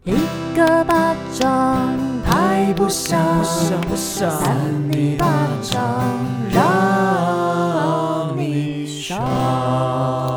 一个巴掌拍不响，扇你巴掌让你爽。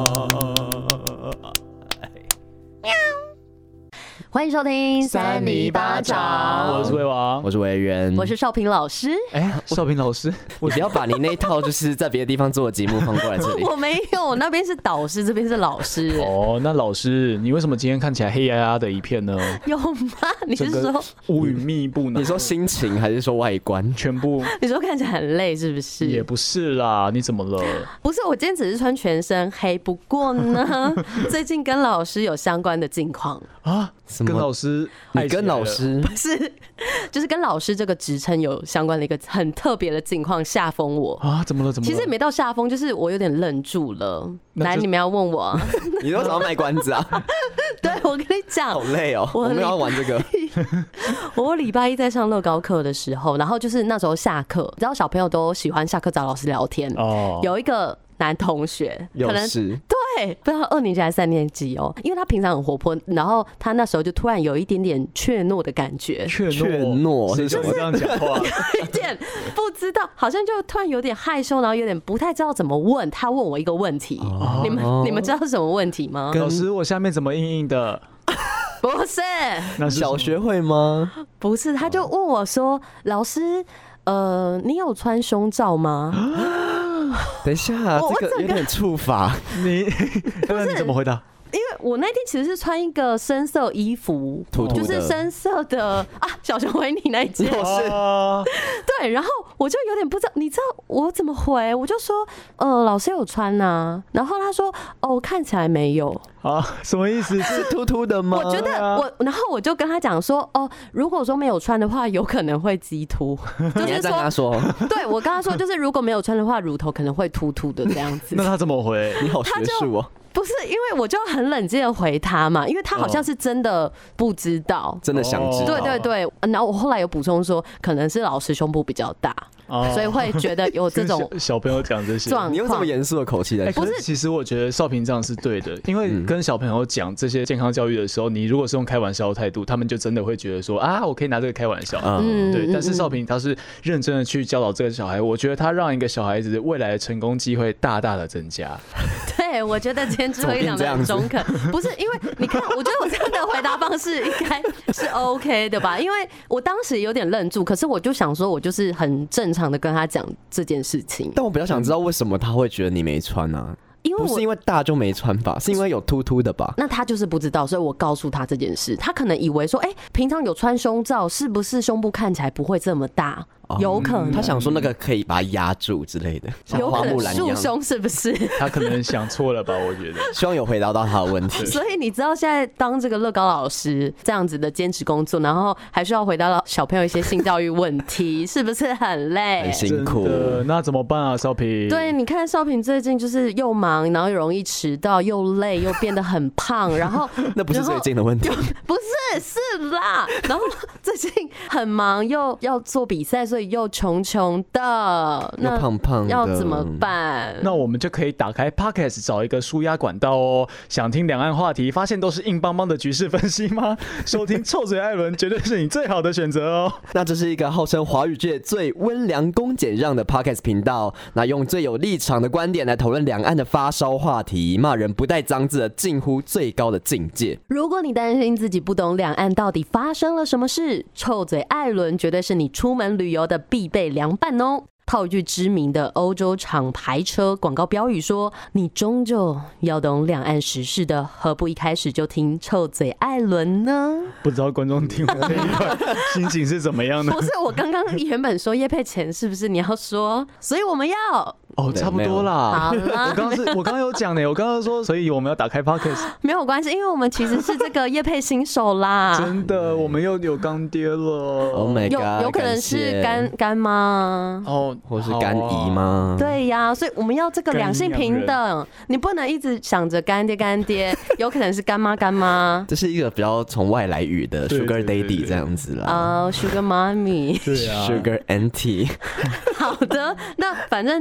欢迎收听三尼巴掌， 我是魏王， 我是维园， 我是少平老师。 少平老师， 你不要把你那一套就是在别的地方做的节目放过来这里。 我没有，那边是导师，这边是老师。 哦，那老师，你为什么今天看起来黑压压的一片呢？ 有吗？你是说乌云密布呢？ 你说心情还是说外观？ 全部。 你说看起来很累是不是？ 也不是啦，你怎么了？ 不是，我今天只是穿全身黑，不过呢，最近跟老师有相关的近况啊。跟老师， 你跟老师不是，就是跟老师这个职称有相关的一个很特别的境况，吓疯我啊！怎么了？ 其实也没到吓疯，就是我有点愣住了。来，你们要问我， 你为什么要卖关子啊？ 对，我跟你讲， 好累哦，我们要玩这个。 我礼拜一在上乐高课的时候，然后就是那时候下课，你知道小朋友都喜欢下课找老师聊天哦。有一个男同学，可能对，不知道2年级还是3年级哦，因为他平常很活泼，然后他那时候就突然有一点点怯懦的感觉。 怯懦是怎么这样讲话？ 有一点不知道，好像就突然有点害羞，然后有点不太知道怎么问。他问我一个问题，你们知道是什么问题吗？ 老师，我下面怎么硬硬的？ 不是， 那是小学会吗？ 不是，他就问我说：“老师，你有穿胸罩吗？” 等一下，这个有点触法。 你怎么回答？ 因为我那天其实是穿一个深色衣服，就是深色的啊，小熊维尼那一件。对，然后我就有点不知道，你知道我怎么回？我就说，老师有穿啊，然后他说，哦，看起来没有啊，什么意思？是凸凸的吗？ 我觉得然后我就跟他讲说，哦，如果说没有穿的话，有可能会激凸。 你还在跟他说？ 对，我跟他说，就是如果没有穿的话，乳头可能会凸凸的这样子。 那他怎么回？ 你好学术哦。 不是，因为我就很冷静的回他嘛，因为他好像是真的不知道， 真的想知道。 对对对，然后我后来有补充说，可能是老师胸部比较大，所以会觉得有这种小朋友讲这些。 你用这么严肃的口气来说， 不是？其实我觉得少平这样是对的，因为跟小朋友讲这些健康教育的时候，你如果是用开玩笑的态度，他们就真的会觉得说啊，我可以拿这个开玩笑。对。但是少平他是认真的去教导这个小孩，我觉得他让一个小孩子未来的成功机会大大的增加。 对，我觉得今天智慧讲的很中肯，不是因为你看，我觉得我这样的回答方式应该是 OK 的吧？因为我当时有点愣住，可是我就想说，我就是很正常的跟他讲这件事情。 但我比较想知道为什么他会觉得你没穿啊？不是因为大就没穿吧，是因为有凸凸的吧？ 那他就是不知道，所以我告诉他这件事，他可能以为说，平常有穿胸罩，是不是胸部看起来不会这么大？有可能他想说那个可以把它压住之类的，像花木兰一样。 束胸是不是？ 他可能想错了吧？我觉得。 希望有回答到他的问题。 所以你知道现在当这个乐高老师这样子的兼职工作，然后还需要回答到小朋友一些性教育问题，是不是很累？ 很辛苦。 那怎么办啊，少平？ 对，你看少平最近就是又忙，然后又容易迟到，又累，又变得很胖，然后那不是最近的问题， 不是啦。然后最近很忙，又要做比赛，所以又穷的， 又胖的， 要怎么办？ 那我们就可以打开 Podcast 找一个抒压管道哦。想听两岸话题，发现都是硬邦邦的局势分析吗？收听臭嘴艾伦绝对是你最好的选择哦。 那这是一个号称华语界最温良恭俭让的 Podcast 频道，那用最有立场的观点来讨论两岸的发烧话题，骂人不带脏字的近乎最高的境界。 如果你担心自己不懂两岸到底发生了什么事，臭嘴艾伦绝对是你出门旅游的必备凉拌哦。套一句知名的欧洲厂牌车广告标语说，你终究要懂两岸时事的，何不一开始就听臭嘴艾伦呢？ 不知道观众听我这一段心情是怎么样的？ 不是，我刚刚原本说业配前是不是你要说，所以我们要差不多啦。 好啦， 我刚刚有讲呢，我刚刚说，所以我们要打开 Podcast， 没有关系，因为我们其实是这个业配新手啦。 真的，我们又有干爹了。 Oh my god， 有可能是干妈或是干姨吗？ 对呀，所以我们要这个两性平等，你不能一直想着干爹，有可能是干妈。 这是一个比较从外来语的 Sugar Daddy 这样子啦。 Sugar Mommy， 对啊 ，Sugar Auntie。 好的，那反正就是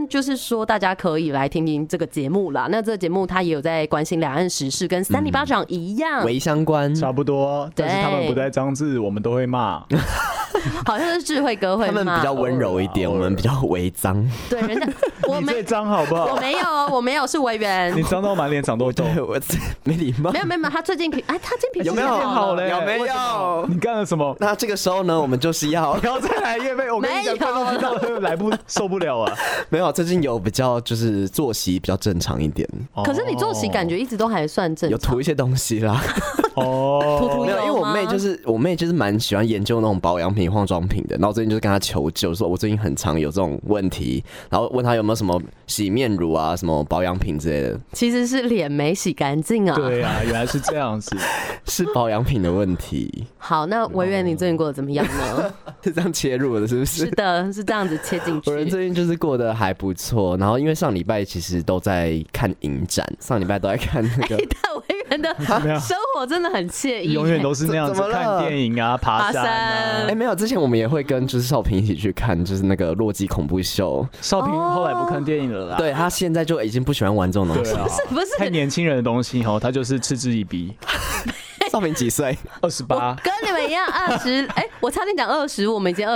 说大家可以来听听这个节目啦。那这个节目它也有在关心两岸时事，跟三里巴掌一样， 微相关， 差不多。但是他们不带脏字，我们都会骂。 好像是智慧哥会骂， 他们比较温柔一点，我们比较微脏。 对，人家你最脏好不好？ 我没有，是维园。 你脏到满脸长痘痘， 我没礼貌。 没有，他最近他最近有没有好嘞？ 有没有？ 你干了什么？ 那这个时候呢，我们就是要不要再来业配，我跟你讲，观众知道受不了啊。 没有，最近有比较就是作息比较正常一点。 可是你作息感觉一直都还算正常， 有涂一些东西啦。 涂没有，因为我妹就是蛮喜欢研究那种保养品、化妆品的。然后最近就是跟她求救，说我最近很常有这种问题，然后问她有没有什么洗面乳啊、什么保养品之类的。 其实是脸没洗干净啊。 对啊，原来是这样子， 是保养品的问题。 好，那维园你最近过得怎么样呢？ 是这样切入的，是不是？ 是的，是这样子切进去。 我人最近就是过得还不错，然后因为上礼拜其实都在看影展，上礼拜都在看那个。 维园的生活真的很惬意， 永远都是那样子，看电影啊、爬山啊。 没有，之前我们也会跟就是少平一起去看，就是那个洛基恐怖秀。 少平后来不看电影了啦， 对他现在就已经不喜欢玩这种东西了。 不是太年轻人的东西哈，他就是嗤之以鼻。 少平几岁 ？28。 跟你们一样20，我差点讲20，我们已经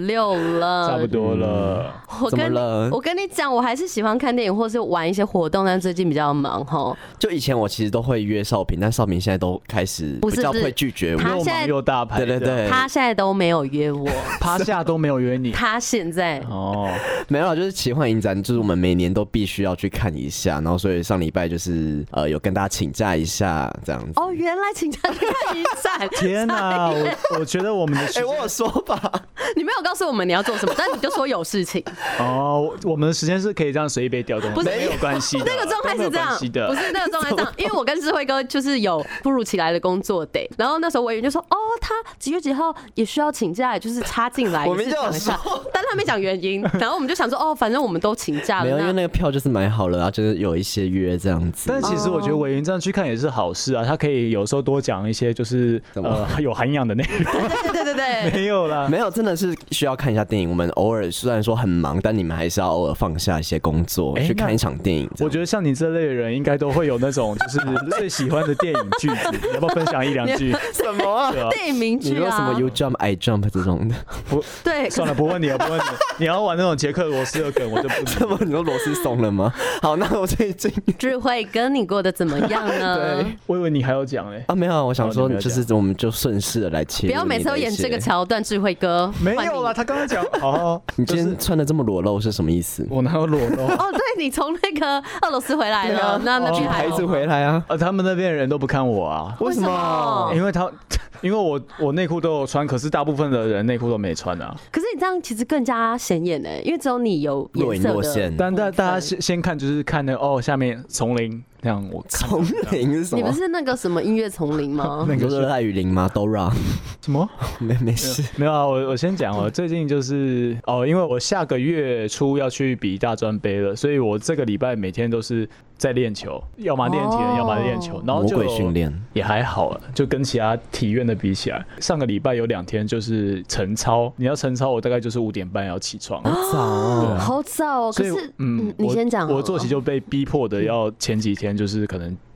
26了， 差不多了。 怎么了？ 我跟你讲，我还是喜欢看电影或是玩一些活动，但最近比较忙哈。 就以前我其实都会约少平，但少平现在都开始比较会拒绝我， 又忙又大牌。 对， 他现在都没有约我， 趴下都没有约你。 他现在没有，就是奇幻影展，就是我们每年都必须要去看一下，然后所以上礼拜就是有跟大家请假一下这样子。 哦，原来请假去看影展。 天哪，我觉得我们的我有说吧， 你没有告诉我们你要做什么，但你就说有事情。 我们的时间是可以这样随意被调动，没有关系的。 那个状态是这样，不是那个状态这样，因为我跟智慧哥就是有突如其来的工作得，然后那时候委员就说，他几月几号也需要请假，就是插进来， 我们就有说， 但他没讲原因，然后我们就想说，反正我们都请假了， 没有，因为那个票就是买好了，然后就是有一些约这样子。 但其实我觉得委员这样去看也是好事啊，他可以有时候多讲一些就是有涵养的内容。 对， 没有啦， 没有，真的是需要看一下电影。我们偶尔虽然说很忙，但你们还是要偶尔放下一些工作去看一场电影。 我觉得像你这类的人，应该都会有那种就是最喜欢的电影句子，要不要分享1、2句？ 什么啊？ 电影名句啊？ 你说什么 You jump I jump 这种的？ 对， 算了，不问你了，不问你。你要玩那种杰克罗斯的梗，我就不。 这么你说螺丝松了吗？好，那我最近智慧跟你过得怎么样呢？ 对， 我以为你还要讲啊，没有，我想说就是我们就顺势的来切入。 不要每次都演这个桥段，智慧哥没有啦，他刚刚讲好。 你今天穿的这么裸露是什么意思？ 我哪有裸露？ 对，你从那个俄罗斯回来了，那边孩子回来啊？ 他们那边的人都不看我啊？ 为什么？ 因为我内裤都有穿，可是大部分的人内裤都没穿啊。 可是你这样其实更加显眼呢，因为只有你有颜色的。 但大家先看就是看那下面丛林那样，我看丛林是什么？ 你们是那个什么音乐丛林吗？ 那个热带雨林吗 ？Dora 什么？ 没事， 没有啊。我先讲最近就是因为我下个月初要去比大专杯了，所以我这个礼拜每天都是在练球，要么练体能，要么练球，然后就魔鬼训练也还好了，就跟其他体院的比起来，上个礼拜有2天就是晨操，你要晨操，我大概就是5点半要起床， 好早哦， 好早哦。可是你先讲， 我作息就被逼迫的要前几天就是可能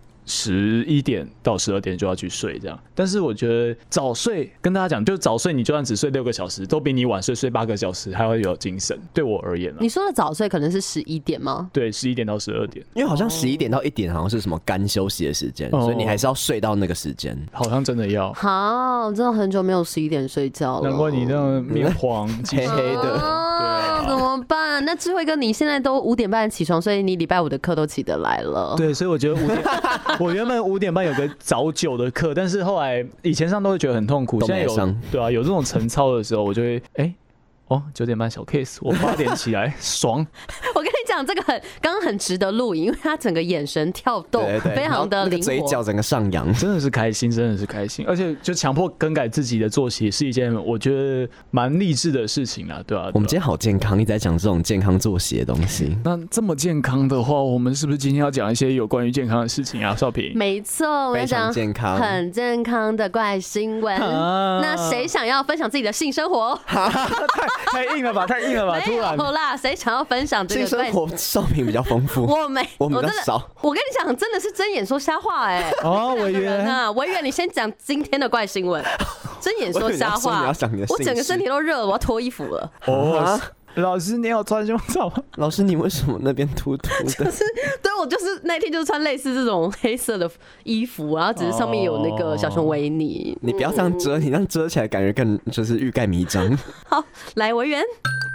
11点到12点就要去睡这样。但是我觉得早睡跟大家讲，就早睡你就算只睡6个小时，都比你晚睡8个小时还会有精神。对我而言， 你说的早睡可能是11点吗？ 对，11点到12点， 因为好像11点到1点好像是什么干休息的时间，所以你还是要睡到那个时间。 好像真的要。 好，真的很久没有11点睡觉了。 难怪你那种面黄黑黑的。 怎么办？那智慧哥，你现在都5点半起床，所以你礼拜5的课都起得来了。 对，所以我觉得我原本5点半有个早9的课，但是后来以前上都会觉得很痛苦，现在有这种晨操的时候，我就会9点半小 case， 我8点起来爽。 我跟你讲，这个刚刚很值得录影，因为他整个眼神跳动非常的灵活， 嘴角整个上扬， 真的是开心，真的是开心。而且就强迫更改自己的作息是一件我觉得蛮励志的事情啦，对啊。 我们今天好健康，一直在讲这种健康作息的东西。 那这么健康的话，我们是不是今天要讲一些有关于健康的事情啊？少平， 没错，我要讲很健康的怪新闻。那谁想要分享自己的性生活？ 太硬了吧，太硬了吧！突然没有啦，谁想要分享这个怪新少平比较丰富，我比较少。 我跟你讲，真的是睁眼说瞎话哎。 哦，委员啊，委员，你先讲今天的怪新闻。睁眼说瞎话，我整个身体都热了，我要脱衣服了。 哦。老师，你有穿胸罩吗？ 老师，你为什么那边凸凸的？ 就是对，我就是那天就是穿类似这种黑色的衣服，然后只是上面有那个小熊维尼。 你不要这样遮，你这样遮起来感觉更就是欲盖弥彰。 好，来维园。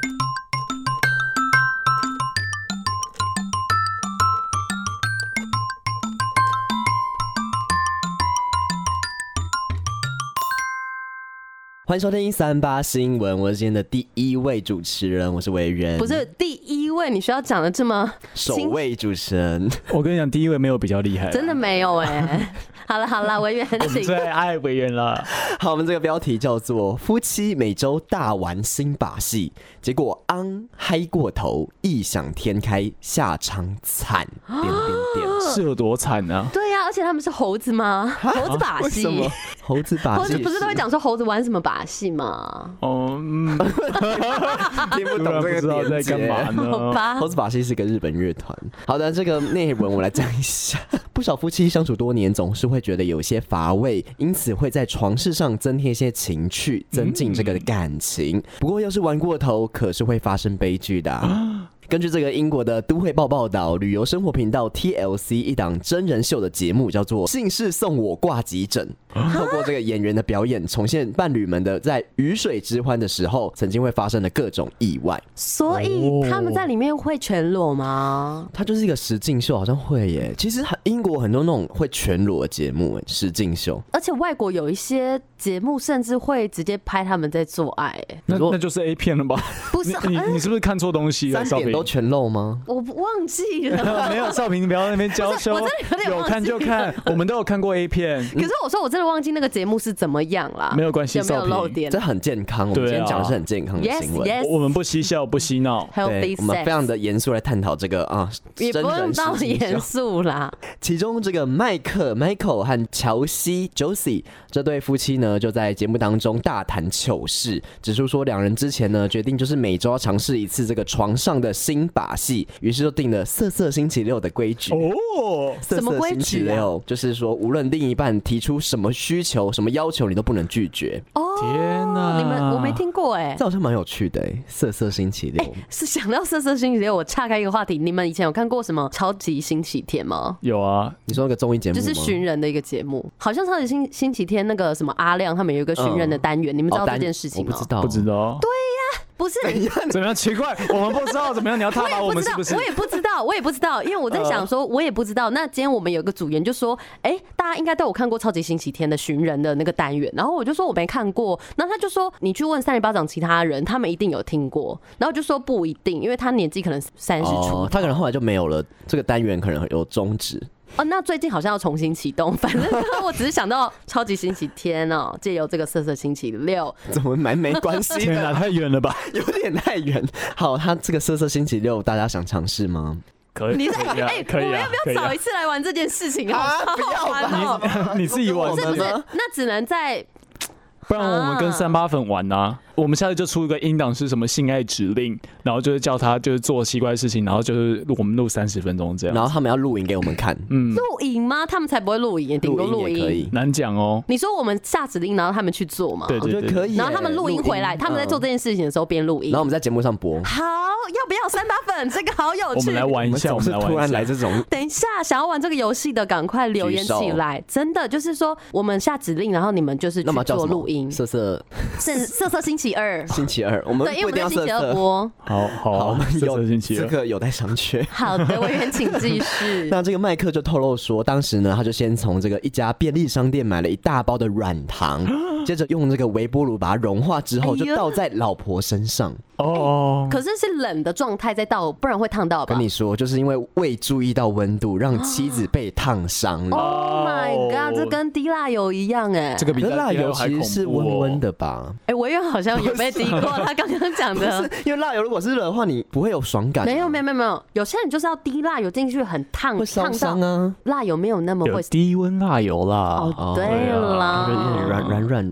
欢迎收听138新闻，我是今天的第一位主持人，我是维园。 不是第一位，你需要讲的这么首位主持人。 我跟你讲，第一位没有比较厉害， 真的没有哎。好了，维园， 我们最爱维园了。 好，我们这个标题叫做夫妻每周大玩新把戏，结果嗨过头，异想天开，下场惨。 是有多惨呢？ 对呀，而且他们是猴子吗？猴子把戏？ 猴子把戏？ 猴子不是都会讲说猴子玩什么把戏吗？ 哦，听不懂这个不知道在干嘛呢？ 猴子把戏是个日本乐团。好的，这个内文我来讲一下。不少夫妻相处多年，总是会觉得有些乏味，因此会在床事上增添一些情趣，增进这个感情。不过要是玩过头，可是会发生悲剧的。根据这个英国的都会报报道，旅游生活频道 TLC 一档真人秀的节目叫做《姓氏送我挂急诊》，透过这个演员的表演，重现伴侣们的在鱼水之欢的时候曾经会发生的各种意外。 所以他们在里面会全裸吗？ 它就是一个实境秀，好像会耶。其实英国很多那种会全裸的节目，实境秀， 而且外国有一些节目甚至会直接拍他们在做爱。 那就是 A 片了吧？ 不是， 你是不是看错东西了？ 3点都全露吗？ 我忘记了。 没有，少平，你不要在那边娇羞。 我真的有点忘记了。 有看就看，我们都有看过 A 片。 可是我说我真的忘记那个节目是怎么样啦。 没有关系， 有没有漏点？ 这很健康，我们今天讲的是很健康的新闻。 Yes, 我们不嬉笑，不嬉闹， 对，我们非常的严肃来探讨这个也不用到严肃啦。 其中这个Michael 和乔西 Josie 这对夫妻呢，就在节目当中大谈糗事，指出说两人之前呢决定就是每周要尝试一次这个床上的新把戏，于是就定了色色星期六的规矩。 哦， 色色星期六就是说，无论另一半提出什么需求、什么要求，你都不能拒绝。 天哪， 我没听过哎， 这好像蛮有趣的哎。色色星期六， 是想到色色星期六，我岔开一个话题，你们以前有看过什么超级星期天吗？ 有啊， 你说那个综艺节目就是寻人的一个节目，好像超级星期天那个什么阿亮他们有一个寻人的单元，你们知道这件事情吗？ 不知道。 对呀，不是怎么样奇怪？我们不知道怎么样？你要挞伐我们是不是？ 我也不知道，因为我在想说，我也不知道。那今天我们有个组员就说，大家应该都有看过超级星期天的寻人的那个单元，然后我就说我没看过，然后他就说你去问3里巴掌其他人，他们一定有听过，然后就说不一定，因为他年纪可能30出， 他可能后来就没有了，这个单元可能有终止。 那最近好像要重新启动，反正我只是想到超级星期天哦，借由这个色色星期六， 怎么蛮没关系的？ 天哪，太远了吧， 有点太远。好，他这个色色星期六，大家想尝试吗？ 可以，可以， 我们要不要找一次来玩这件事情啊？ 不要吧， 你自己玩， 不是，那只能在。 不然我们跟38粉玩啊！我们下次就出一个音档是什么性爱指令，然后就是叫他就是做奇怪的事情，然后就是我们录30分钟这样， 然后他们要录影给我们看。 录影吗？他们才不会录影，顶多录音也可以， 难讲哦。 你说我们下指令，然后他们去做嘛？ 对， 我觉得可以。 然后他们录音回来，他们在做这件事情的时候边录音， 然后我们在节目上播。 好，要不要38粉？这个好有趣。 我们来玩一下，我们突然来这种。 等一下，想要玩这个游戏的，赶快留言起来。真的就是说，我们下指令，然后你们就是去做录音。 色色星期二， 我们不一定要色色播。 好，我们有星期二， 这个有待商榷。 好的，委员请继续。 那这个麦克就透露说，当时呢，他就先从这个一家便利商店买了一大包的软糖，接着用这个微波炉把它融化之后，就倒在老婆身上。 可是是冷的状态再倒，不然会烫到吧？ 跟你说，就是因为未注意到温度，让妻子被烫伤了。 Oh my god， 这跟滴蜡油一样哎。 这个比蜡油其实是温温的吧？ 委员好像有被滴过，他刚刚讲的。 因为蜡油如果是热的话，你不会有爽感。 没有，有些人就是要滴蜡油进去，很烫， 会烧伤啊。 蜡油没有那么会。 低温蜡油啦。 对啦， 软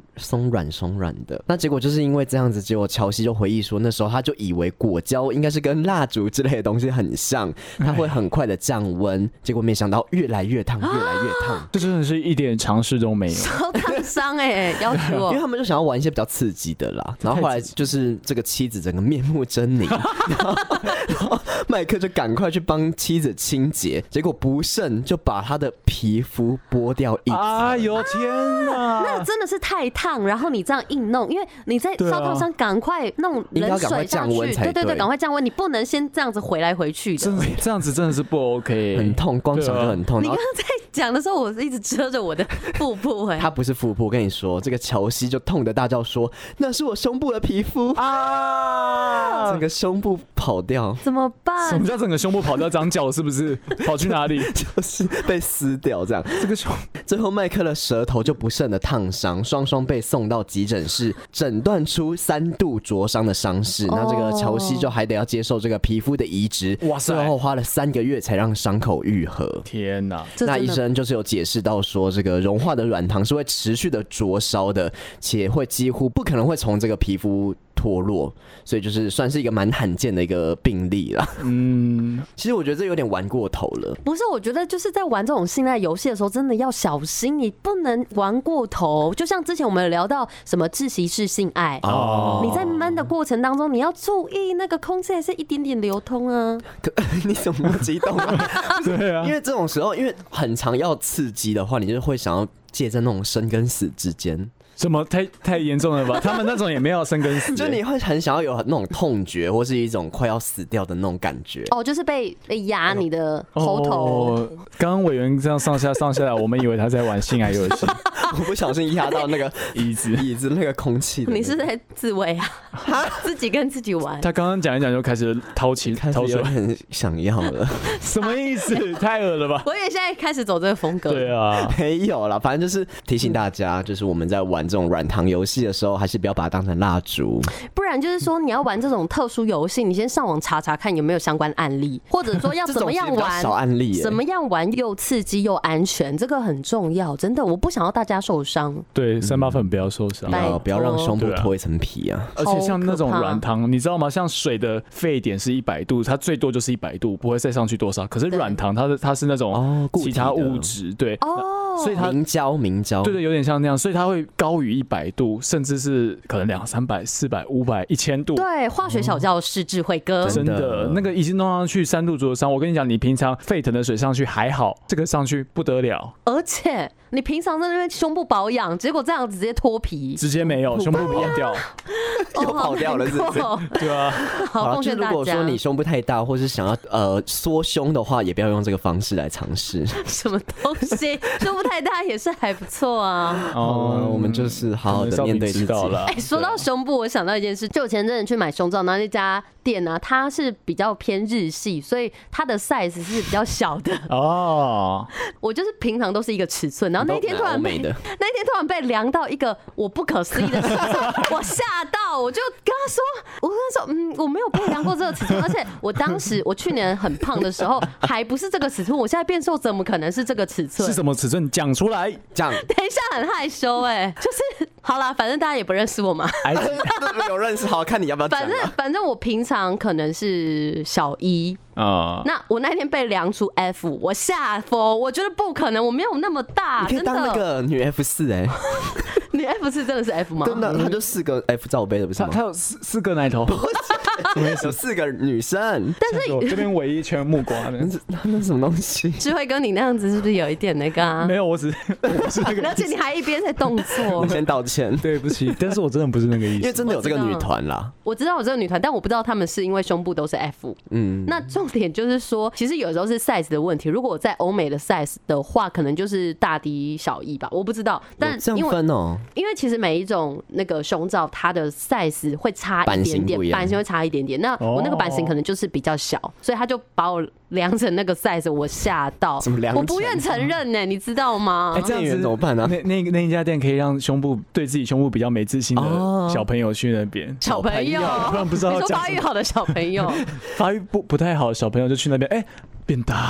松软的。那结果就是因为这样子，结果乔西就回忆说，那时候他就以为果胶应该是跟蜡烛之类的东西很像，它会很快的降温，结果没想到越来越烫，越来越烫。 这真的是一点尝试都没有， 超烫伤要死我！ 因为他们就想要玩一些比较刺激的啦，然后后来就是这个妻子整个面目狰狞，然后麦克就赶快去帮妻子清洁，结果不慎就把他的皮肤剥掉一层。 哎呦天哪！ 那真的是太烫，然后你这样硬弄，因为你在烧烫伤，赶快弄冷水下去，对，赶快降温，你不能先这样子回来回去的。 这样子真的是不 OK， 很痛，光想就很痛。 你刚刚在讲的时候，我是一直遮着我的腹部他不是腹部，我跟你说，这个乔西就痛得大叫说：“那是我胸部的皮肤啊！”整个胸部跑掉， 怎么办？ 什么叫整个胸部跑掉？长脚是不是？跑去哪里？ 就是被撕掉这样。 这个胸， 最后麦克的舌头就不慎的烫伤，双双被送到急诊室，诊断出3度灼伤的伤势。那这个乔西就还得要接受这个皮肤的移植，哇塞！最后花了3个月才让伤口愈合。 天哪！ 那医生就是有解释到说，这个融化的软糖是会持续的灼烧的，且会几乎不可能会从这个皮肤脱落，所以就是算是一个蛮罕见的一个病例啦。其实我觉得这有点玩过头了。 不是，我觉得就是在玩这种性爱游戏的时候，真的要小心，你不能玩过头。就像之前我们有聊到什么窒息式性爱，你在闷的过程当中，你要注意那个空气还是一点点流通啊。 你怎么那么激动啊？ 对啊， 因为这种时候，因为很常要刺激的话，你就会想要介在那种生跟死之间。 什么太严重了吧？他们那种也没有生跟死， 就你会很想要有那种痛觉，或是一种快要死掉的那种感觉。 就是被压你的喉头。 刚刚委员这样上下来，我们以为他在玩性爱游戏， 我不小心压到那个椅子那个空气。 你是在自慰啊？自己跟自己玩。 他刚刚讲一讲就开始掏水， 很想要了。 什么意思？太恶了吧！ 我以为现在开始走这个风格。 对啊， 没有啦，反正就是提醒大家，就是我们在玩这种软糖游戏的时候，还是不要把它当成蜡烛。 不然就是说，你要玩这种特殊游戏，你先上网查查看有没有相关案例，或者说要怎么样玩， 小案例， 怎么样玩又刺激又安全，这个很重要。真的，我不想要大家受伤。 对，3-8粉不要受伤， 不要让胸部脱一层皮啊！ 而且像那种软糖，你知道吗？像水的沸点是100度，它最多就是100度，不会再上去多少。可是软糖它是那种其他物质，对。所以它明胶，对，有点像那样，所以它会高于100度，甚至是可能200、300、400、500、1000度。 对，化学小教室智慧哥， 真的那个已经弄上去3度灼伤。我跟你讲，你平常沸腾的水上去还好，这个上去不得了。 而且你平常在那边胸部保养，结果这样直接脱皮， 直接没有胸部跑掉， 又跑掉了，是不是？ 对啊。 好，奉劝大家， 如果说你胸部太大，或是想要缩胸的话，也不要用这个方式来尝试。 什么东西？胸部太大也是还不错啊。 我们就是好好的面对自己。 说到胸部，我想到一件事，就我前阵子去买胸罩，然后那家店呢，它是比较偏日系，所以它的 size 是比较小的。我就是平常都是一一个尺寸，然后那天突然被量到一个我不可思议的尺寸，我吓到，我就跟他说，我没有被量过这个尺寸，而且我去年很胖的时候还不是这个尺寸，我现在变瘦怎么可能是这个尺寸？ 是什么尺寸？讲出来，讲。 等一下很害羞就是好啦，反正大家也不认识我嘛。 有认识，好看你要不要讲？ 反正我平常可能是小一。那我那天被量出 F， 我吓疯，我觉得不可能，我没有那么大， 你可以当那个女 F4 女 F4真的是 F 吗？ 真的，他就4个 F 罩杯的不是吗？ 他有4个奶头， 有4个女生， 但是我这边围一圈木瓜， 那是什么东西？ 智慧哥，你那样子是不是有一点那个啊？ 没有，我是那个， 而且你还一边在动作， 我先道歉， 对不起，但是我真的不是那个意思， 因为真的有这个女团啦， 我知道有这个女团，但我不知道他们是因为胸部都是 F，那重点就是说，其实有时候是 size 的问题。如果我在欧美的 size 的话，可能就是大 D 小 E 吧，我不知道。但这样分哦， 因为其实每一种那个胸罩，它的 size 会差一点点，版型会差一点点。那我那个版型可能就是比较小，所以他就把我量成那个 size， 我吓到，我不愿承认呢，你知道吗？ 这样子怎么办呢？ 那一家店可以让对自己胸部比较没自信的小朋友去那边。 小朋友， 不知道你说发育好的小朋友， 发育不太好的小朋友就去那边，变大了。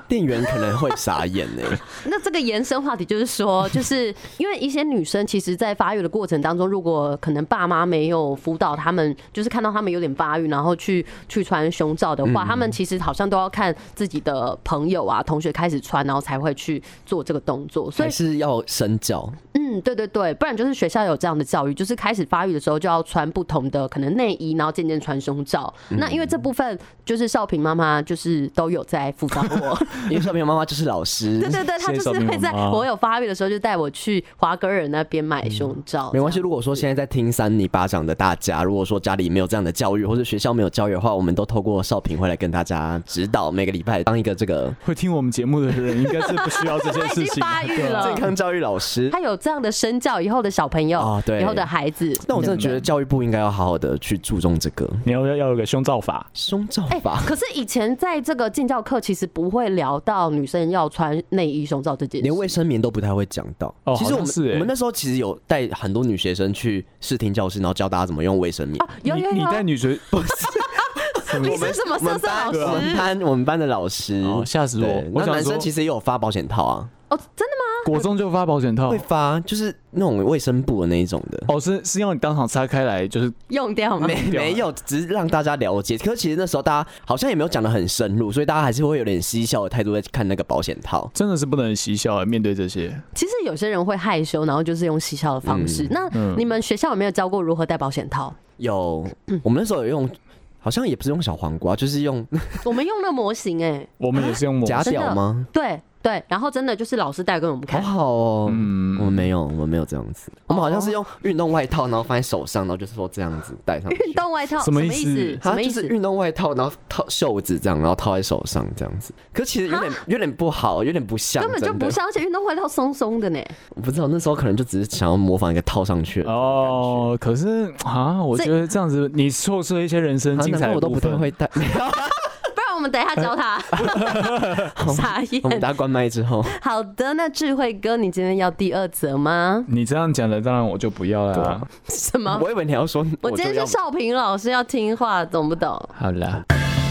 店员可能会傻眼呢。 那这个延伸话题就是说，就是因为一些女生其实，在发育的过程当中，如果可能爸妈没有辅导他们，就是看到他们有点发育，然后去穿胸罩的话，他们其实好像都要看自己的朋友啊、同学开始穿，然后才会去做这个动作，所以还是要身教。 对对对，不然就是学校有这样的教育，就是开始发育的时候就要穿不同的可能内衣，然后渐渐穿胸罩。那因为这部分就是少平妈妈就是都有在辅导我， 因为少平妈妈就是老师。 对对对，她就是会在我有发育的时候就带我去华歌尔那边买胸罩。 没关系，如果说现在在听三尼巴掌的大家，如果说家里没有这样的教育，或者学校没有教育的话，我们都透过少平会来跟大家指导，每个礼拜当一个这个会听我们节目的人，应该是不需要这件事情。 他已经发育了， 健康教育老师， 他有这样的身教，以后的小朋友，以后的孩子。 那我真的觉得教育部应该要好好的去注重这个， 你要有个胸罩法。 胸罩法。 可是以前在这个进教课，其实不会聊到女生要穿内衣胸罩这件事， 连卫生棉都不太会讲到。其实我们那时候其实有带很多女学生去视听教室，然后教大家怎么用卫生棉。 有你带女学不是？ 你是什么色色老师？ 我们班的老师。 吓死我！ 那男生其实也有发保险套啊。 哦，真的吗？ 国中就发保险套， 会发，就是那种卫生布的那一种的。 哦，是要你当场拆开来，就是用掉吗？ 没有，只是让大家了解。可是其实那时候大家好像也没有讲得很深入，所以大家还是会有点嬉笑的态度在看那个保险套。 真的是不能嬉笑面对这些。 其实有些人会害羞，然后就是用嬉笑的方式。那你们学校有没有教过如何戴保险套？ 有，我们那时候有用。好像也不是用小黄瓜，就是用我们用那模型我们也是用模型假屌吗？ 对，然后真的就是老师带给我们看， 好好哦。我们没有这样子，我们好像是用运动外套，然后放在手上，然后就是说这样子戴上去。 运动外套什么意思？ 它就是运动外套，然后套袖子这样，然后套在手上这样子。可其实有点不好，有点不像， 根本就不像，而且运动外套松松的呢。 我不知道那时候可能就只是想要模仿一个套上去哦。可是我觉得这样子你错失了一些人生精彩的部分。 我都不太会戴。 我们等一下教他。傻眼。 我们等一下关麦之后。 好的，那智慧哥，你今天要第二则吗？ 你这样讲了，当然我就不要了。 什么？ 我以为你要说， 我今天是少平老师，要听话，懂不懂？ 好啦。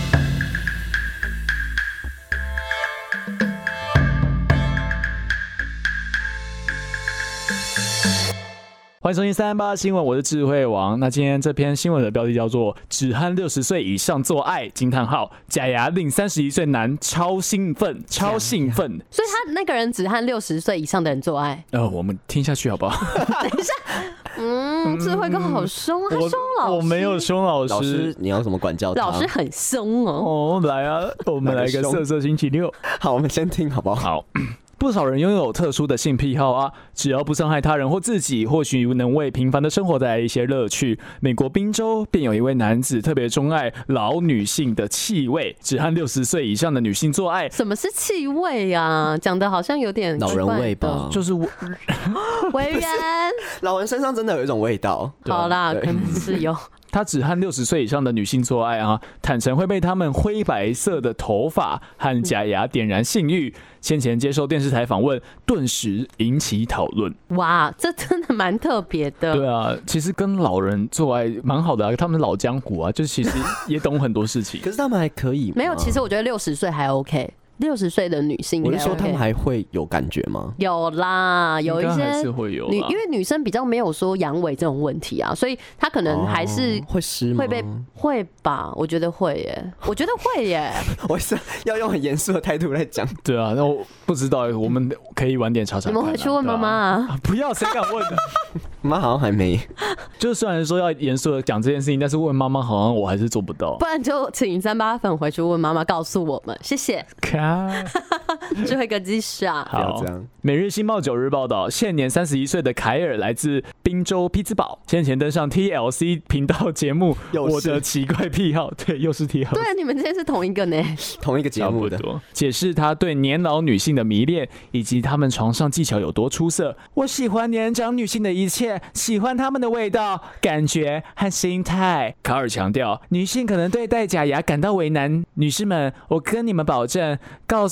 欢迎收听338新闻，我是智慧王。那今天这篇新闻的标题叫做“只和60岁以上做爱”，假牙令31岁男超兴奋。 所以他那个人只和60岁以上的人做爱。 我们听下去好不好？ 等一下，智慧哥好凶啊，他凶老师。 我没有凶老师。 老师，你要怎么管教他？ 老师很凶哦。 来啊，我们来一个色色星期六。 好，我们先听好不好？ 好。不少人拥有特殊的性癖好啊，只要不伤害他人或自己，或许能为平凡的生活带来一些乐趣。美国宾州便有一位男子特别钟爱老女性的气味，只和60岁以上的女性做爱。 什么是气味啊？讲的好像有点老人味吧？ 就是委员， 老人身上真的有一种味道。 好啦，可能是有。 他只和60岁以上的女性做爱啊，坦诚会被他们灰白色的头发和假牙点燃性欲。先前接受电视台访问，顿时引起讨论。 哇，这真的蛮特别的。 对啊，其实跟老人做爱蛮好的啊，他们老江湖啊，就是其实也懂很多事情。 可是他们还可以吗？ 没有，其实我觉得60岁还 OK。60岁的女性， 我是说他们还会有感觉吗？ 有啦，有一些还是会有， 因为女生比较没有说阳痿这种问题啊，所以她可能还是会湿吗？ 会吧？我觉得会耶，我是要用很严肃的态度来讲。 对啊，那我不知道，我们可以晚点查查看。 你们回去问妈妈啊？ 不要，谁敢问的？ 妈好像还没。 就虽然说要严肃的讲这件事情，但是问妈妈好像我还是做不到。 不然就请38粉回去问妈妈，告诉我们，谢谢。智慧哥继续啊！ 好，每日新报9日报道，现年31岁的凯尔来自宾州匹兹堡，先前登上 TLC 频道节目《我的奇怪癖好》，对，又是 TLC。 对，你们今天是同一个呢， 同一个节目的。 解释他对年老女性的迷恋，以及他们床上技巧有多出色。我喜欢年长女性的一切，喜欢她们的味道、感觉和心态。卡尔强调，女性可能对戴假牙感到为难，女士们，我跟你们保证，告诉男人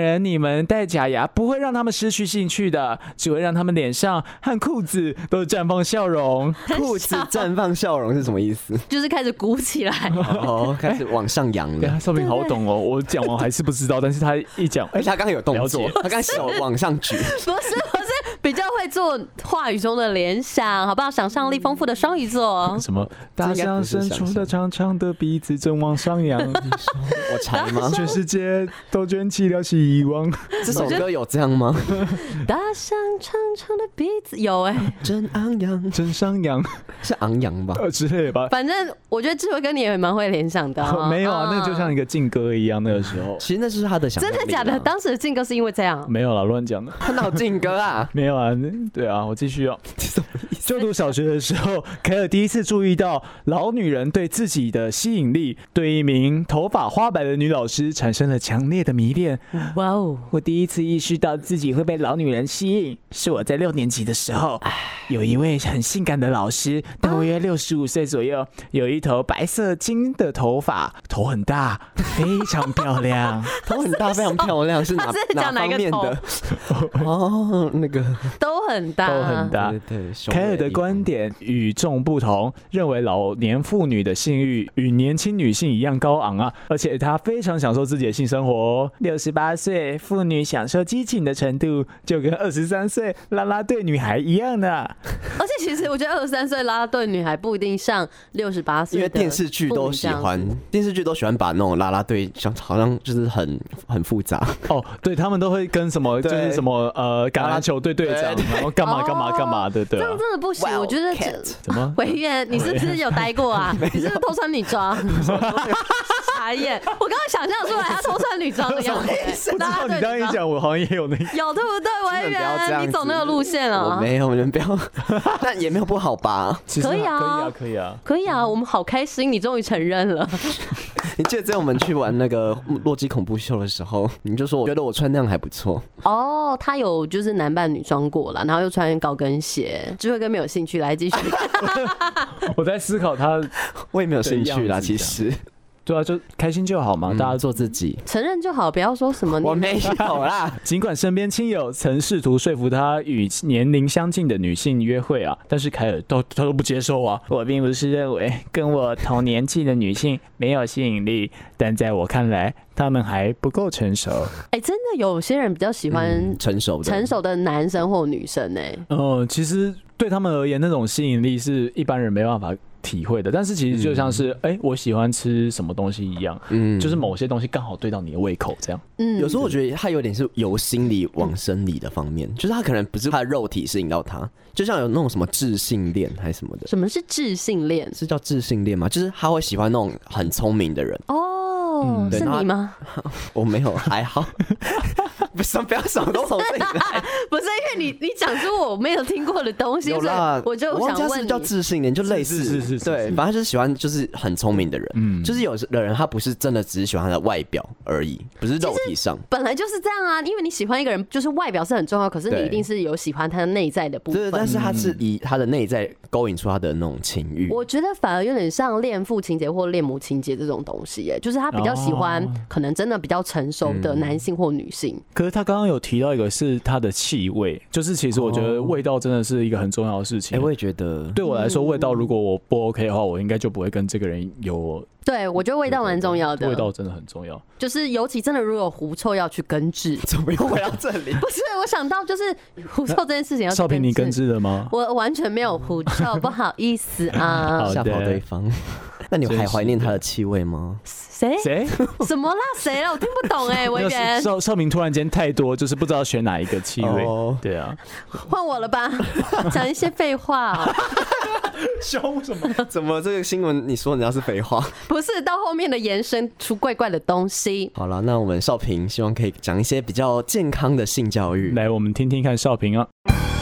人你们戴假牙不会让他们失去兴趣的，只会让他们脸上和裤子都绽放笑容。 裤子绽放笑容是什么意思？ 就是开始鼓起来， 开始往上扬了。 少平好懂哦，我讲完还是不知道，但是他一讲， 而且他刚刚有动作，他刚刚手往上举， 不是比较会做话语中的联想，好不好？想象力丰富的双鱼座。 什么大象伸出的长长的鼻子正往上扬， 我猜吗？ 全世界都卷起了希望。 这首歌有这样吗？ 大象长长的鼻子有真昂扬， 真上扬， 是昂扬吧？ 之类的吧。 反正我觉得智慧哥你也蛮会联想的。 没有啊，那就像一个劲歌一样，那个时候。 其实那是他的想象力。 真的假的？当时的劲歌是因为这样？ 没有啦，乱讲的。 他哪有劲歌啊？ 没有啊，对啊，我继续哦。就读小学的时候，凯尔第一次注意到老女人对自己的吸引力，对一名头发花白的女老师产生了强烈的迷恋。 哇哦！ 我第一次意识到自己会被老女人吸引，是我在6年级的时候，有一位很性感的老师，大约65岁左右，有一头白色金的头发，头很大，非常漂亮。 头很大，非常漂亮，是哪方面的？那个都很大， 都很大。 对， 凯尔的观点与众不同，认为老年妇女的性欲与年轻女性一样高昂啊，而且她非常享受自己的性生活。68岁妇女享受激情的程度，就跟23岁啦啦队女孩一样的。 而且其实我觉得23岁啦啦队女孩不一定像68岁的， 因为电视剧都喜欢，把那种啦啦队好像就是很复杂哦，对他们都会跟什么就是什么橄榄球队队长，然后干嘛的，对， 这样真的不行。我觉得怎么？ 维园，你是不是有待过啊？你是不是偷穿女装？傻眼！我刚刚想象出来他偷穿女装的样子。 不知道你刚刚一讲，我好像也有那个， 有对不对？维园，你走那个路线啊？ 我没有，你们不要，但也没有不好吧？ 可以啊，可以啊，我们好开心，你终于承认了。 你记得在我们去玩那个洛基恐怖秀的时候，你就说我觉得我穿那样还不错。 哦，他有就是男扮女装过了，然后又穿高跟鞋。智慧哥没有兴趣，来继续。 我在思考他， 我也没有兴趣啦，其实。 对啊，就开心就好嘛，大家做自己， 承认就好，不要说什么我没有啦。 尽管身边亲友曾试图说服他与年龄相近的女性约会啊，但是凯尔他都不接受啊。我并不是认为跟我同年纪的女性没有吸引力，但在我看来，他们还不够成熟。 真的有些人比较喜欢成熟的男生或女生其实对他们而言，那种吸引力是一般人没办法体会的，但是其实就像是我喜欢吃什么东西一样，就是某些东西刚好对到你的胃口这样。 有时候我觉得他有点是由心理往生理的方面，就是他可能不是他的肉体吸引到他，就像有那种什么智性恋还是什么的。 什么是智性恋？ 是叫智性恋吗？就是他会喜欢那种很聪明的人。 是你吗？ 我没有，还好。不要什么都从这里来。 不是因为你讲出我没有听过的东西， 有啦， 我就想问你， 叫智性恋，就类似是对，反正就是喜欢就是很聪明的人，就是有的人他不是真的只是喜欢他的外表而已，不是肉体上。 本来就是这样啊，因为你喜欢一个人，就是外表是很重要，可是你一定是有喜欢他的内在的部分。 对，但是他是以他的内在勾引出他的那种情欲。 我觉得反而有点像恋父情节或恋母情节这种东西，就是他比较喜欢可能真的比较成熟的男性或女性。 可是他刚刚有提到一个是他的气味，就是其实我觉得味道真的是一个很重要的事情。 我也觉得， 对我来说，味道如果我不 OK 的话，我应该就不会跟这个人有。 对，我觉得味道蛮重要的， 味道真的很重要。 就是尤其真的如果有狐臭要去根治， 怎么又回到这里？ 不是，我想到就是狐臭这件事情要去根治。 少平，你根治了吗？ 我完全没有狐臭，不好意思啊， 吓跑对方。那你还怀念他的气味吗？ 谁？什么啦？谁啦？我听不懂维园。 少平突然间太多，就是不知道选哪一个气味。对啊， 换我了吧？讲一些废话。 凶什么？ 怎么这个新闻你说人家是废话？ 不是，到后面的延伸出怪怪的东西。 好了，那我们少平希望可以讲一些比较健康的性教育。 来，我们听听看少平啊。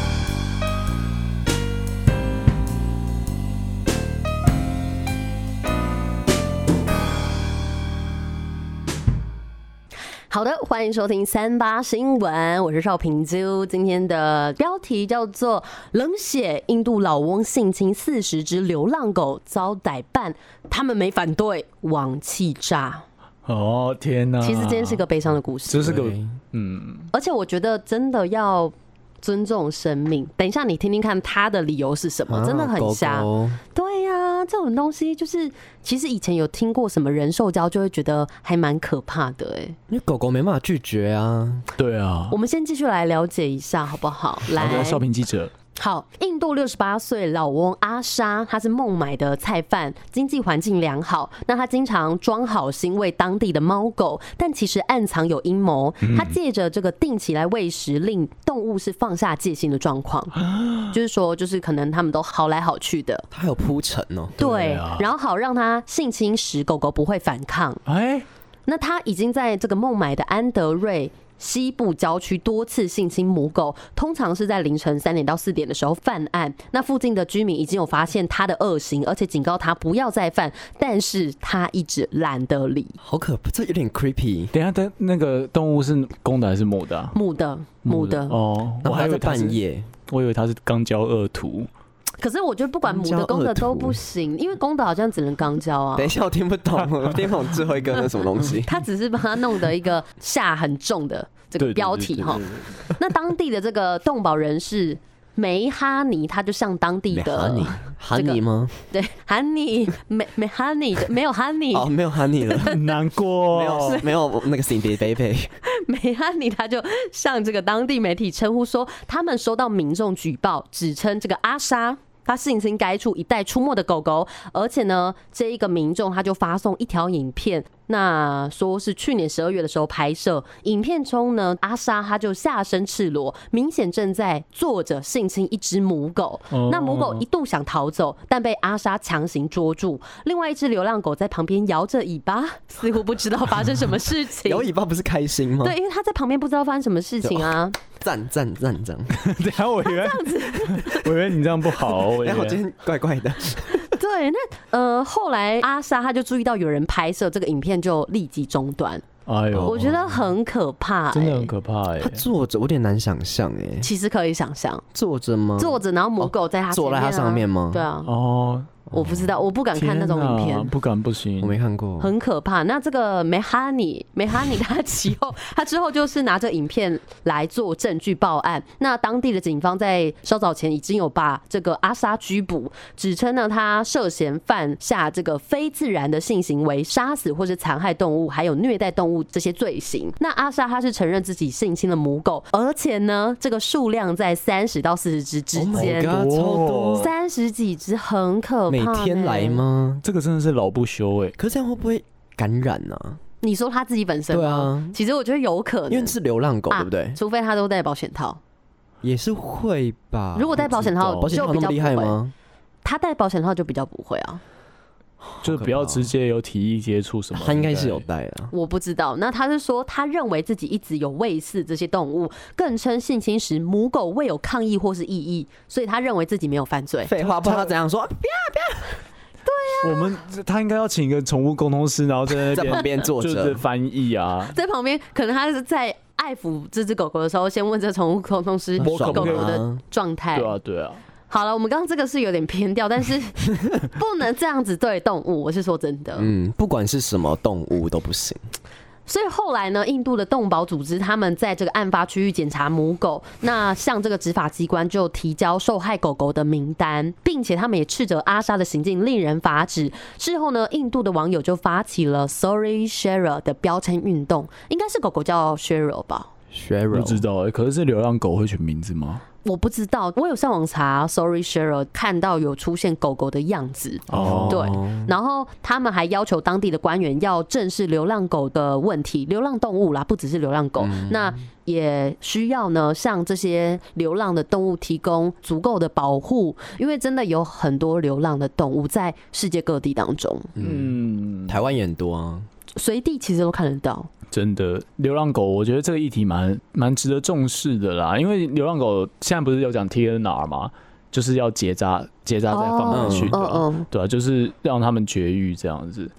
好的，欢迎收听38新闻，我是邵平啾。今天的标题叫做冷血，印度老翁性侵40只流浪狗遭逮办，他们没反对，往气炸。 哦天哪！ 其实今天是个悲伤的故事， 这是个而且我觉得真的要尊重生命。等一下你听听看他的理由是什么，真的很瞎。对呀，这种东西就是其实以前有听过什么人兽交，就会觉得还蛮可怕的哎。 因为狗狗没办法拒绝啊。 对啊。 我们先继续来了解一下好不好？来， 少平记者。 好，印度68岁老翁阿莎，他是孟买的菜贩，经济环境良好。那他经常装好心喂当地的猫狗，但其实暗藏有阴谋。他借着这个定期来喂食，令动物是放下戒心的状况。就是说，就是可能他们都好来好去的。 他有铺陈哦。 对，然后好让他性侵时，狗狗不会反抗。那他已经在这个孟买的安德瑞西部郊区多次性侵母狗，通常是在凌晨3点到4点的时候犯案。那附近的居民已经有发现他的恶行，而且警告他不要再犯，但是他一直懒得理。 好可怕，这有点 creepy。 等一下，那个动物是公的还是母的啊？ 母的。 哦，我还以为半夜， 我以为他是肛交恶徒。 可是我觉得不管母的公的都不行，因为公的好像只能肛交啊。 等一下，我听不懂，我听不懂最后一个那什么东西。 他只是把它弄的一个下很重的这个标题哈。那当地的这个动保人士梅哈尼，他就向当地的哈尼吗？ 对，哈尼没哈尼，没有哈尼哦，没有哈尼了， 很难过， 没有那个 Cindy Baby。 梅哈尼他就向这个当地媒体称呼说，他们收到民众举报，指称这个阿莎他性侵该处一带出没的狗狗，而且呢，这一个民众他就发送一条影片，那说是去年12月的时候拍摄。影片中呢，阿莎他就下身赤裸，明显正在坐着性侵一只母狗。那母狗一度想逃走，但被阿莎强行捉住。另外一只流浪狗在旁边摇着尾巴，似乎不知道发生什么事情。 摇尾巴不是开心吗？ 对，因为他在旁边不知道发生什么事情啊。 赞这样。 等下我以为你这样不好。 我今天怪怪的。 对，那后来阿莎他就注意到有人拍摄这个影片，就立即中断。哎呦，我觉得很可怕， 真的很可怕哎。 他坐着，我有点难想象哎。 其实可以想象， 坐着吗？ 坐着，然后母狗在他坐在他上面吗？ 对啊。哦。我不知道，我不敢看那种影片， 不敢，不行， 我没看过， 很可怕。那这个梅哈尼他之后就是拿着影片来做证据报案。那当地的警方在稍早前已经有把这个阿莎拘捕，指称呢他涉嫌犯下这个非自然的性行为、杀死或是残害动物，还有虐待动物这些罪行。那阿莎他是承认自己性侵了母狗，而且呢这个数量在30到40只之间， 超多 ，30几只，很可怕。 每天来吗？ 这个真的是老不休哎。 可是这样会不会感染啊？ 你说他自己本身吗？ 对啊， 其实我觉得有可能， 因为是流浪狗，对不对？ 除非他都戴保险套， 也是会吧。 如果戴保险套， 保险套那么厉害吗？ 他戴保险套就比较不会啊。 就是不要直接有体液接触什么， 他应该是有带啊， 我不知道。那他是说，他认为自己一直有喂饲这些动物，更称性侵时母狗未有抗议或是异议，所以他认为自己没有犯罪。 废话，不知道他怎样说，不要。 对啊，他应该要请一个宠物沟通师，然后在旁边坐着就是翻译啊， 在旁边可能他是在爱抚这只狗狗的时候，先问这宠物沟通师狗狗的状态。 对啊。 好了，我们刚刚这个是有点偏掉，但是不能这样子对动物，我是说真的。 不管是什么动物都不行。 所以后来呢，印度的动保组织他们在这个案发区域检查母狗，那向这个执法机关就提交受害狗狗的名单，并且他们也斥责阿莎的行径令人发指。事后呢，印度的网友就发起了 Sorry Cheryl 的标签运动，应该是狗狗叫 Cheryl 吧？ Cheryl 不知道可是流浪狗会取名字吗？ 我不知道，我有上网查 Sorry Cheryl， 看到有出现狗狗的样子。对，然后他们还要求当地的官员要正视流浪狗的问题，流浪动物啦，不只是流浪狗。那也需要呢向这些流浪的动物提供足够的保护，因为真的有很多流浪的动物在世界各地当中。 台湾也很多啊， 随地其实都看得到。 真的，流浪狗，我觉得这个议题蛮值得重视的啦。因为流浪狗现在不是有讲 TNR 吗？就是要结扎再放回去的，对啊，就是让他们绝育这样子。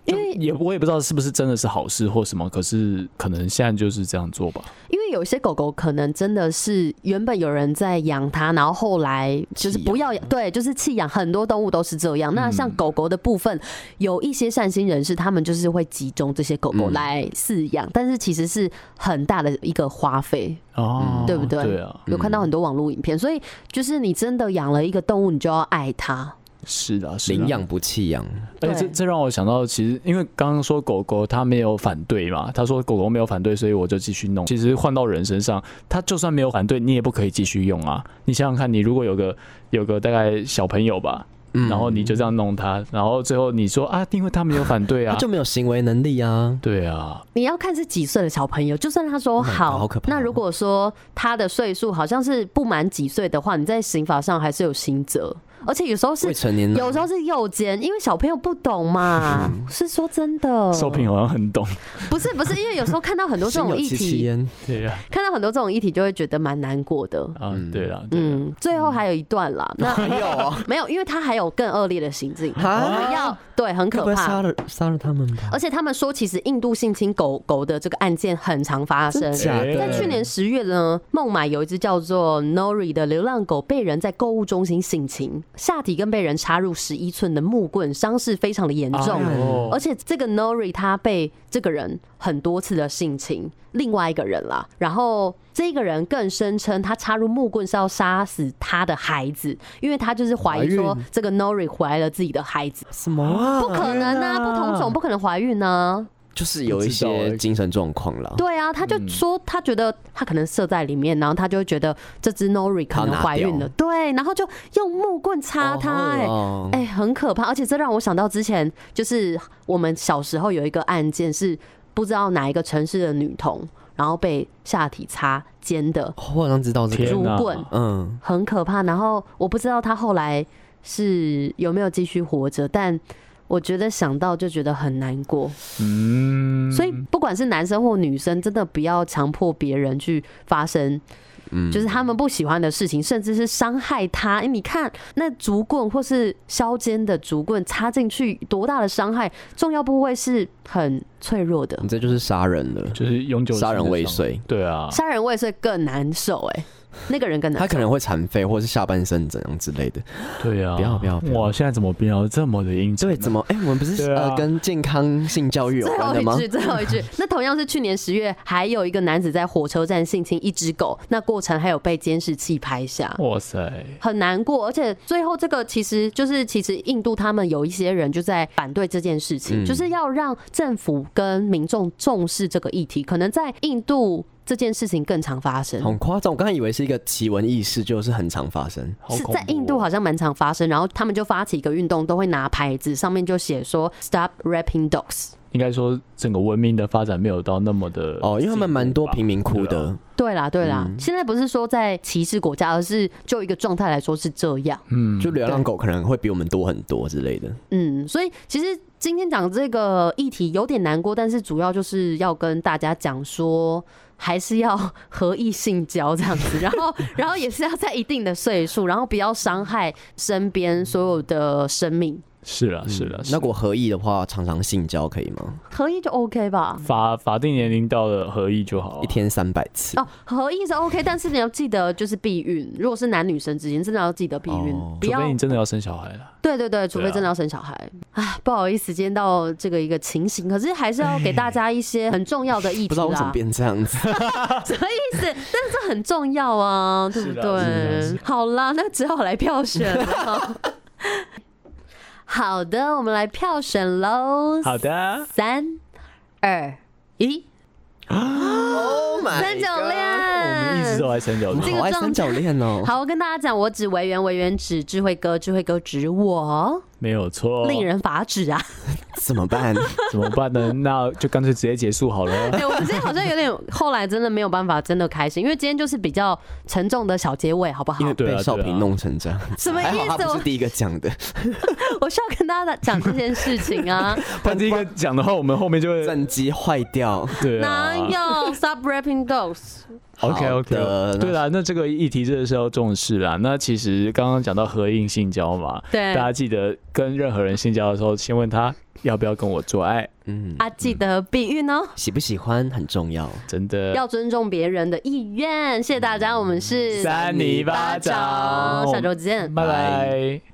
因为我也不知道是不是真的是好事或什么，可是可能现在就是这样做吧。 因为有些狗狗可能真的是原本有人在养它，然后后来就是不要养，对，就是弃养。很多动物都是这样。那像狗狗的部分，有一些善心人士，他们就是会集中这些狗狗来饲养，但是其实是很大的一个花费。对不对？ 对啊， 有看到很多网络影片，所以就是你真的养了一个动物，你就要爱它。 是的， 领养不弃养。 而且这让我想到，其实因为刚刚说狗狗它没有反对嘛，他说狗狗没有反对，所以我就继续弄。其实换到人身上，他就算没有反对，你也不可以继续用啊。你想想看，你如果有个大概小朋友吧。然后你就这样弄他，然后最后你说啊，因为他没有反对啊， 他就没有行为能力啊。 对啊， 你要看是几岁的小朋友，就算他说好，那如果说他的岁数好像是不满几岁的话，你在刑法上还是有刑责。而且有时候是未成年人， 有时候是诱奸，因为小朋友不懂嘛。是说真的， 受聘好像很懂。 不是，因为有时候看到很多这种议题， 对啊， 看到很多这种议题就会觉得蛮难过的。 对啦， 最后还有一段啦，那没有，因为他还有更恶劣的行径，对，很可怕， 杀了他们吧。 而且他们说，其实印度性侵狗狗的这个案件很常发生。在去年10月呢，孟买有一只叫做 Nori 的流浪狗被人在购物中心性侵。下体跟被人插入11寸的木棍，伤势非常的严重。而且这个 Nori 他被这个人很多次的性侵，另外一个人啦。然后这个人更声称他插入木棍是要杀死他的孩子，因为他就是怀疑说这个 Nori 怀了自己的孩子。 什么啊？ 不可能啊，不同种不可能怀孕呢。 就是有一些精神状况啦。 对啊，他就说他觉得他可能射在里面，然后他就会觉得这只 Nori 可能怀孕了，对，然后就用木棍插他，很可怕。而且这让我想到之前就是我们小时候有一个案件，是不知道哪一个城市的女童，然后被下体插尖的， 我好像知道这个竹棍，很可怕。然后我不知道他后来是有没有继续活着，但我觉得想到就觉得很难过。所以不管是男生或女生，真的不要强迫别人去发生就是他们不喜欢的事情，甚至是伤害他。你看那竹棍或是削尖的竹棍插进去多大的伤害，重要部位是很脆弱的。 你这就是杀人了， 就是永久杀人未遂。 对啊， 杀人未遂更难受那个人更难受， 他可能会残废或是下半身怎样之类的。 对啊， 不要！ 哇，现在怎么变得这么的阴沉？ 对，怎么？我们不是跟健康性教育有关的吗？ 最后一句。那同样是去年10月，还有一个男子在火车站性侵一只狗，那过程还有被监视器拍下。 哇塞， 很难过。而且最后这个其实印度他们有一些人就在反对这件事情，就是要让政府跟民众重视这个议题。可能在印度这件事情更常发生， 很夸张。我刚才以为是一个奇闻异事，就是很常发生。 是在印度好像蛮常发生，然后他们就发起一个运动，都会拿牌子，上面就写说 "Stop raping dogs"。 应该说整个文明的发展没有到那么的因为他们蛮多贫民窟的。 对啦，现在不是说在歧视国家，而是就一个状态来说是这样。 就流浪狗可能会比我们多很多之类的。 所以其实今天讲这个议题有点难过，但是主要就是要跟大家讲说，还是要合意性交这样子，然后也是要在一定的岁数，然后不要伤害身边所有的生命。 是啦。 那如果合意的话，常常性交可以吗？ 合意就 OK 吧， 法定年龄到了合意就好， 一天300次。 合意是 OK， 但是你要记得就是避孕。如果是男女生之间，真的要记得避孕， 除非你真的要生小孩了。 对，除非真的要生小孩。不好意思，今天到这个一个情形，可是还是要给大家一些很重要的议题啦。 不知道为什么变这样子， 什么意思？但是这很重要啊，对不对？好啦，那只好来票选了。好的，我们来票选喽。 好的 ，3、2、1。三角恋， 我们一直都爱三角恋， 好爱三角恋哦。 好，我跟大家讲，我指维园，维园指智慧哥，智慧哥指我， 没有错， 令人发指啊！ 怎么办？ 怎么办呢？那就干脆直接结束好了。 我们今天好像有点，后来真的没有办法，真的开心，因为今天就是比较沉重的小结尾，好不好？ 因为被少平弄成这样， 什么意思？ 还好他不是第一个讲的。 我需要跟大家讲这件事情啊。 不然第一个讲的话，我们后面就会整集坏掉。 对啊， 哪有 Stop rapping dogs？OK， 对啦，那这个议题真的是要重视啦。那其实刚刚讲到合意性交嘛， 对， 大家记得跟任何人性交的时候，先问他要不要跟我做爱。 记得避孕哦， 喜不喜欢很重要， 真的要尊重别人的意愿。谢谢大家，我们是三尼巴掌， 下周见， 拜拜。